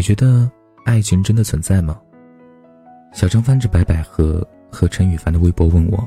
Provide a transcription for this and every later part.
你觉得爱情真的存在吗？小张翻着白百合和陈羽凡的微博问我。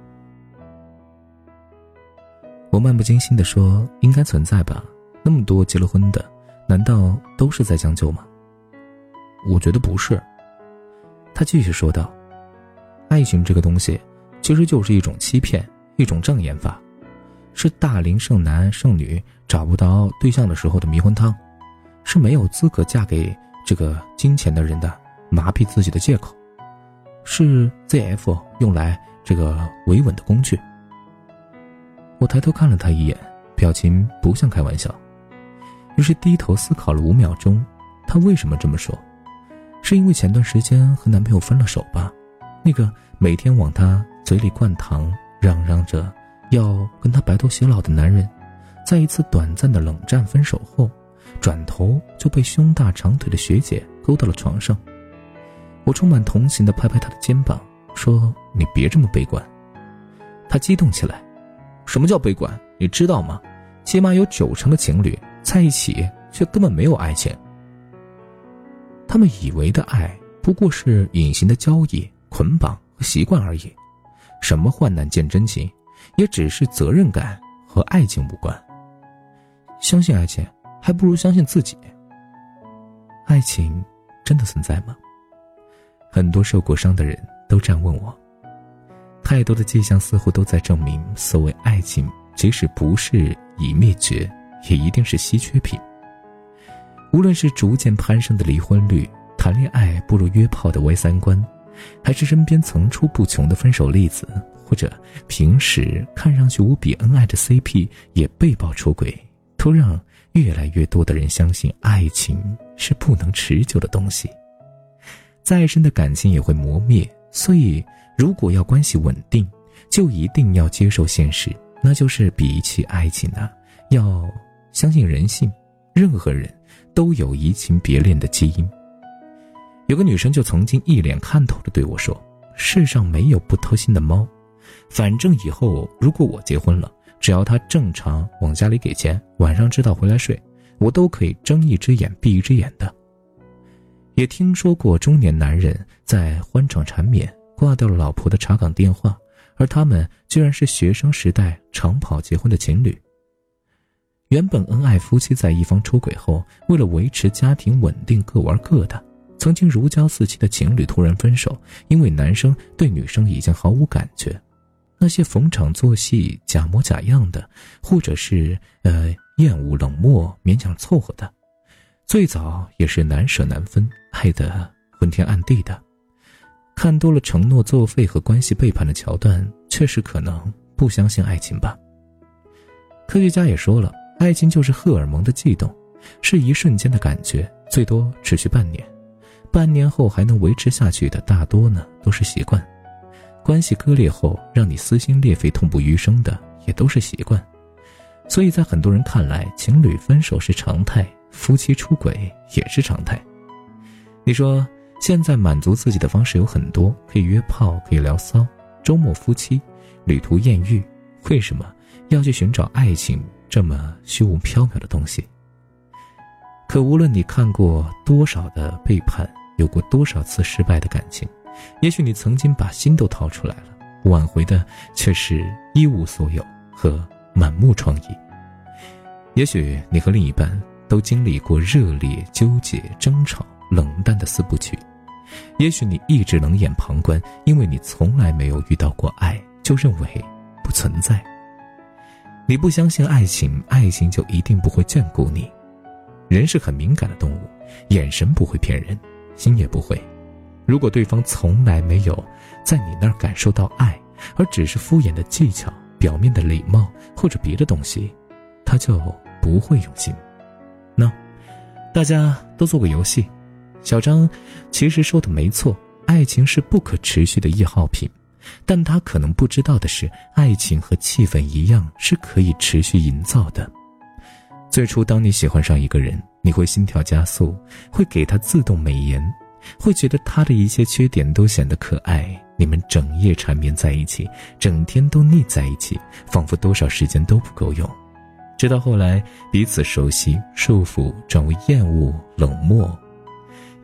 我漫不经心地说，应该存在吧，那么多结了婚的，难道都是在将就吗？我觉得不是。他继续说道，爱情这个东西其实就是一种欺骗，一种障眼法，是大龄剩男剩女找不到对象的时候的迷魂汤，是没有资格嫁给这个金钱的人的麻痹自己的借口，是 ZF 用来这个维稳的工具。我抬头看了他一眼，表情不像开玩笑，于是低头思考了5秒钟，他为什么这么说？是因为前段时间和男朋友分了手吧？那个每天往他嘴里灌糖，嚷嚷着要跟他白头偕老的男人，在一次短暂的冷战分手后，转头就被胸大长腿的学姐勾到了床上。我充满同情地拍拍他的肩膀，说：“你别这么悲观。”他激动起来：“什么叫悲观？你知道吗？起码有90%的情侣在一起，却根本没有爱情。他们以为的爱，不过是隐形的交易、捆绑和习惯而已。什么患难见真情，也只是责任感和爱情无关。相信爱情，还不如相信自己。爱情真的存在吗？”很多受过伤的人都这样问我。太多的迹象似乎都在证明，所谓爱情即使不是已灭绝，也一定是稀缺品。无论是逐渐攀升的离婚率，谈恋爱不如约炮的歪三观，还是身边层出不穷的分手例子，或者平时看上去无比恩爱的 CP 也被曝出轨，都让越来越多的人相信爱情是不能持久的东西。再深的感情也会磨灭，所以如果要关系稳定，就一定要接受现实，那就是比起爱情啊，要相信人性。任何人都有移情别恋的基因。有个女生就曾经一脸看透地对我说，世上没有不偷腥的猫，反正以后如果我结婚了，只要他正常往家里给钱，晚上知道回来睡，我都可以睁一只眼闭一只眼的。也听说过中年男人在欢场缠绵挂掉了老婆的查岗电话，而他们居然是学生时代长跑结婚的情侣。原本恩爱夫妻在一方出轨后，为了维持家庭稳定各玩各的，曾经如胶似漆的情侣突然分手，因为男生对女生已经毫无感觉。那些逢场作戏假模假样的，或者是厌恶冷漠勉强凑合的，最早也是难舍难分，爱得昏天暗地的。看多了承诺作废和关系背叛的桥段，确实可能不相信爱情吧。科学家也说了，爱情就是荷尔蒙的悸动，是一瞬间的感觉，最多持续半年，半年后还能维持下去的大多呢都是习惯。关系割裂后让你撕心裂肺痛不欲生的也都是习惯。所以在很多人看来，情侣分手是常态，夫妻出轨也是常态。你说现在满足自己的方式有很多，可以约炮，可以聊骚，周末夫妻，旅途艳遇，为什么要去寻找爱情这么虚无缥缈的东西？可无论你看过多少的背叛，有过多少次失败的感情，也许你曾经把心都掏出来了，挽回的却是一无所有和满目疮痍。也许你和另一半都经历过热烈、纠结、争吵、冷淡的4部曲，也许你一直冷眼旁观，因为你从来没有遇到过爱，就认为不存在。你不相信爱情，爱情就一定不会眷顾你。人是很敏感的动物，眼神不会骗人，心也不会。如果对方从来没有在你那儿感受到爱，而只是敷衍的技巧、表面的礼貌或者别的东西，他就不会用心。那大家都做个游戏，小张其实说的没错，爱情是不可持续的易耗品，但他可能不知道的是，爱情和气氛一样是可以持续营造的。最初当你喜欢上一个人，你会心跳加速，会给他自动美颜，会觉得他的一切缺点都显得可爱，你们整夜缠绵在一起，整天都腻在一起，仿佛多少时间都不够用。直到后来彼此熟悉，束缚转为厌恶、冷漠，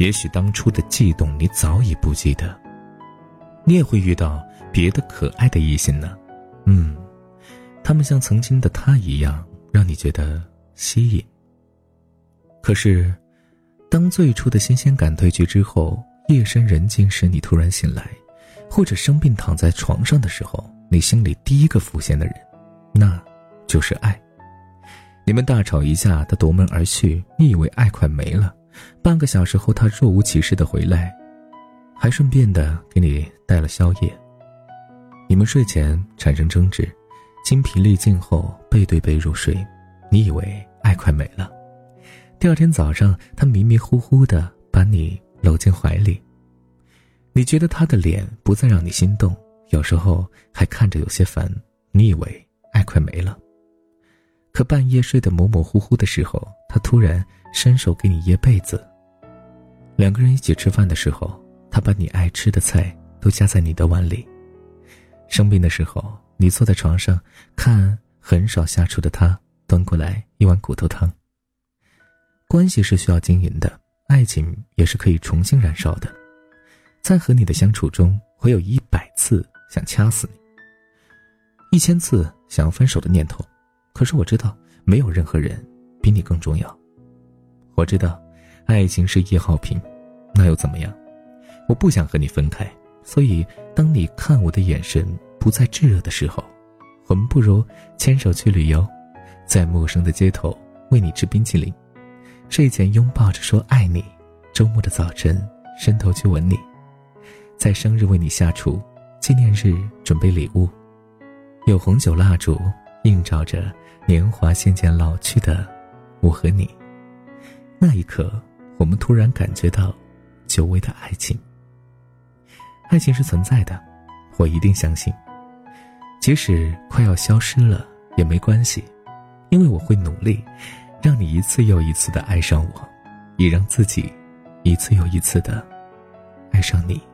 也许当初的悸动你早已不记得。你也会遇到别的可爱的异性呢，他们像曾经的他一样，让你觉得吸引。可是，当最初的新鲜感褪去之后，夜深人静时你突然醒来，或者生病躺在床上的时候，你心里第一个浮现的人，那就是爱。你们大吵一架，他夺门而去，你以为爱快没了，半个小时后他若无其事地回来，还顺便的给你带了宵夜。你们睡前产生争执，精疲力尽后背对背入睡，你以为爱快没了。第二天早上，他迷迷糊糊地把你搂进怀里，你觉得他的脸不再让你心动，有时候还看着有些烦，你以为爱快没了。可半夜睡得模模糊糊的时候，他突然伸手给你掖被子。两个人一起吃饭的时候，他把你爱吃的菜都夹在你的碗里。生病的时候，你坐在床上看很少下厨的他端过来一碗骨头汤。关系是需要经营的，爱情也是可以重新燃烧的。在和你的相处中，会有100次想掐死你，1000次想要分手的念头。可是我知道，没有任何人比你更重要。我知道，爱情是1号品，那又怎么样？我不想和你分开，所以当你看我的眼神不再炙热的时候，我们不如牵手去旅游，在陌生的街头为你吃冰淇淋，睡前拥抱着说爱你，周末的早晨伸头去吻你，在生日为你下厨，纪念日准备礼物，有红酒蜡烛映照着年华渐渐老去的我和你。那一刻，我们突然感觉到久违的爱情。爱情是存在的，我一定相信。即使快要消失了也没关系，因为我会努力让你一次又一次的爱上我，也让自己一次又一次的爱上你。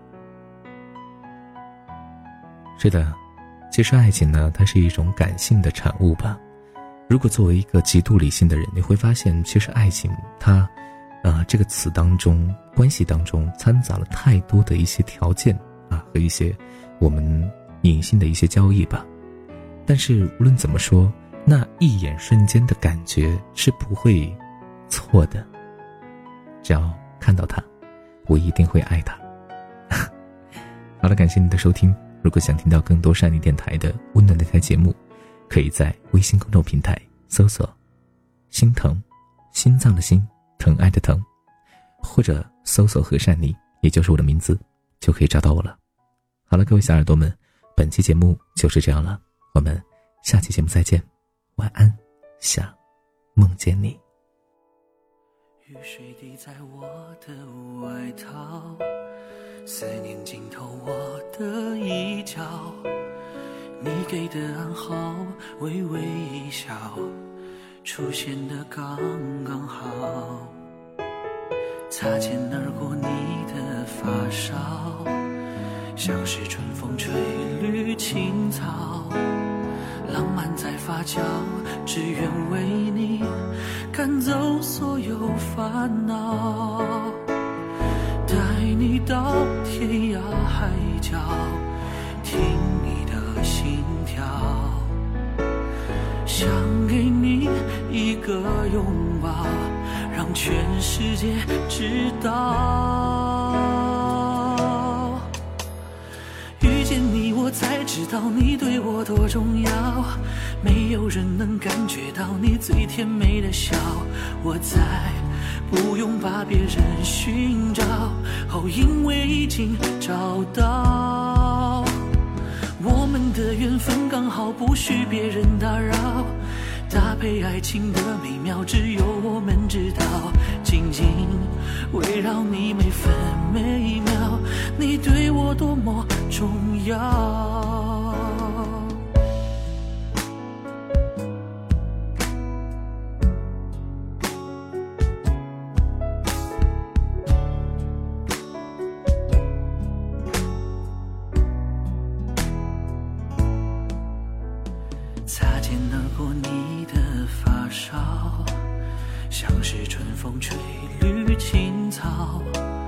是的，其实爱情呢，它是一种感性的产物吧。如果作为一个极度理性的人，你会发现其实爱情它这个词当中，关系当中掺杂了太多的一些条件和一些我们隐性的一些交易吧。但是无论怎么说，那一眼瞬间的感觉是不会错的。只要看到他，我一定会爱他。好了，感谢你的收听。如果想听到更多善妮电台的温暖电台节目，可以在微信公众平台搜索心疼，心脏的心，疼爱的疼，或者搜索何善妮，也就是我的名字，就可以找到我了。好了，各位小耳朵们，本期节目就是这样了，我们下期节目再见，晚安，想梦见你。 雨水滴在我的外套，思念浸透我的衣角，你给的暗号微微一笑，出现的刚刚好，擦肩而过你的发梢，像是春风吹绿青草，浪漫在发酵，只愿为你赶走所有烦恼，带你到天涯海角，听你的心跳，想给你一个拥抱，让全世界知道，遇见你我才知道你对我多重要，没有人能感觉到你最甜美的笑，我再不用把别人寻找，因为已经找到，我们的缘分刚好不需别人打扰，搭配爱情的美妙只有我们知道，紧紧围绕你每分每秒，你对我多么重要。擦肩而过你的发梢，像是春风吹绿青草，